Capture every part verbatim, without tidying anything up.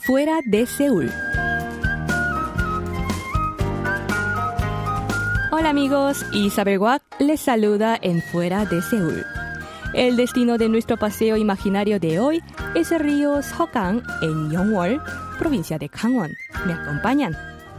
Fuera de Seúl. Hola amigos, Isabel Kwak les saluda en Fuera de Seúl. El destino de nuestro paseo imaginario de hoy es el río Seogang en Yeongwol, provincia de Gangwon. ¿Me acompañan?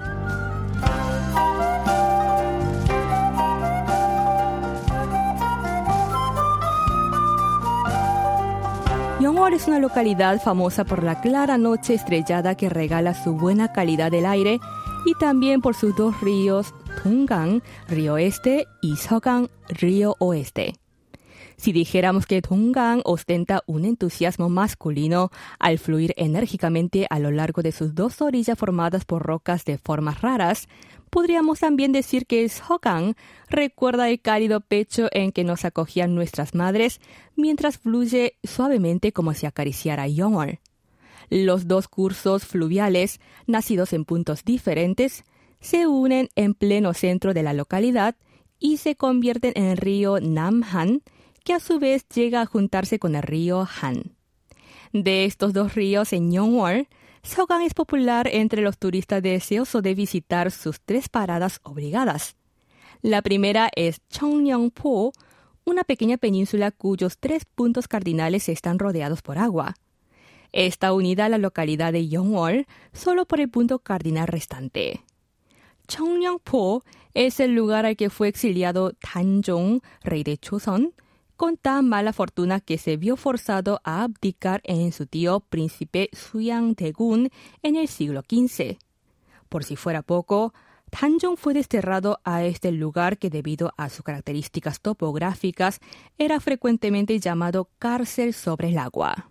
Yeongwol es una localidad famosa por la clara noche estrellada que regala su buena calidad del aire y también por sus dos ríos, Donggang, río este, y Seogang, río oeste. Si dijéramos que Donggang ostenta un entusiasmo masculino al fluir enérgicamente a lo largo de sus dos orillas formadas por rocas de formas raras, podríamos también decir que Seogang recuerda el cálido pecho en que nos acogían nuestras madres mientras fluye suavemente como si acariciara Yeongwol. Los dos cursos fluviales, nacidos en puntos diferentes, se unen en pleno centro de la localidad y se convierten en el río Namhan, que a su vez llega a juntarse con el río Han. De estos dos ríos en Yeongwol, Seogang es popular entre los turistas deseosos de visitar sus tres paradas obligadas. La primera es Cheongnyeongpo, una pequeña península cuyos tres puntos cardinales están rodeados por agua. Está unida a la localidad de Yeongwol solo por el punto cardinal restante. Cheongnyeongpo es el lugar al que fue exiliado Danjong, rey de Choson, con tan mala fortuna que se vio forzado a abdicar en su tío príncipe Suyang-daegun en el siglo quince. Por si fuera poco, Danjong fue desterrado a este lugar que debido a sus características topográficas era frecuentemente llamado cárcel sobre el agua.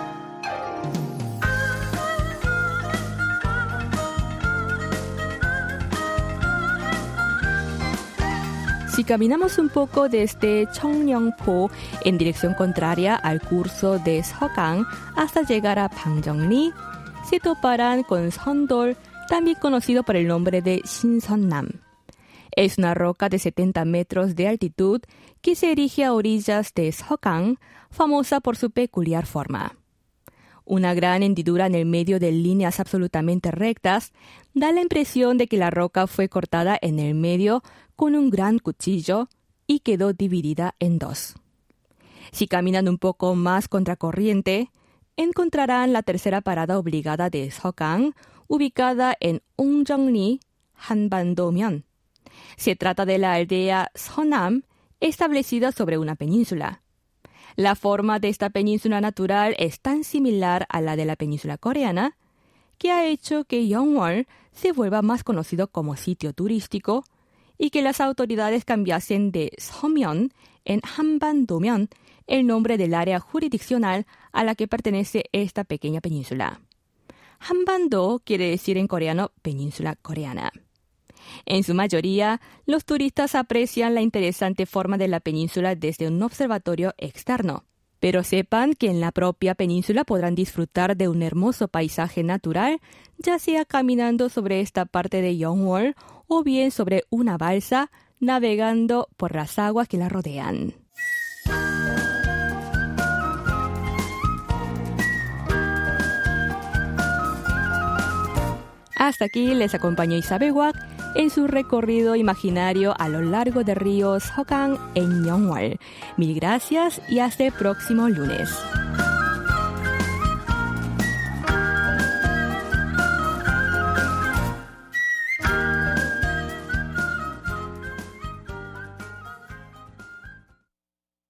Si caminamos un poco desde Cheongnyeongpo en dirección contraria al curso de Seogang hasta llegar a Bangjeongni, se toparán con Seondol, también conocido por el nombre de Shinseonnam. Es una roca de setenta metros de altitud que se erige a orillas de Seogang, famosa por su peculiar forma. Una gran hendidura en el medio de líneas absolutamente rectas da la impresión de que la roca fue cortada en el medio con un gran cuchillo y quedó dividida en dos. Si caminan un poco más contracorriente, encontrarán la tercera parada obligada de Seogang, ubicada en Ongjeongni, Hanban-domyeon. Se trata de la aldea Seonnam, establecida sobre una península. La forma de esta península natural es tan similar a la de la península coreana que ha hecho que Yeongwol se vuelva más conocido como sitio turístico y que las autoridades cambiasen de Seomyeon en Hanban-domyeon el nombre del área jurisdiccional a la que pertenece esta pequeña península. Hanban-do quiere decir en coreano península coreana. En su mayoría, los turistas aprecian la interesante forma de la península desde un observatorio externo. Pero sepan que en la propia península podrán disfrutar de un hermoso paisaje natural, ya sea caminando sobre esta parte de Yeongwol o bien sobre una balsa navegando por las aguas que la rodean. Hasta aquí les acompañó Isabel Kwak en su recorrido imaginario a lo largo del río Seogang en Yeongwol. Mil gracias y hasta el próximo lunes.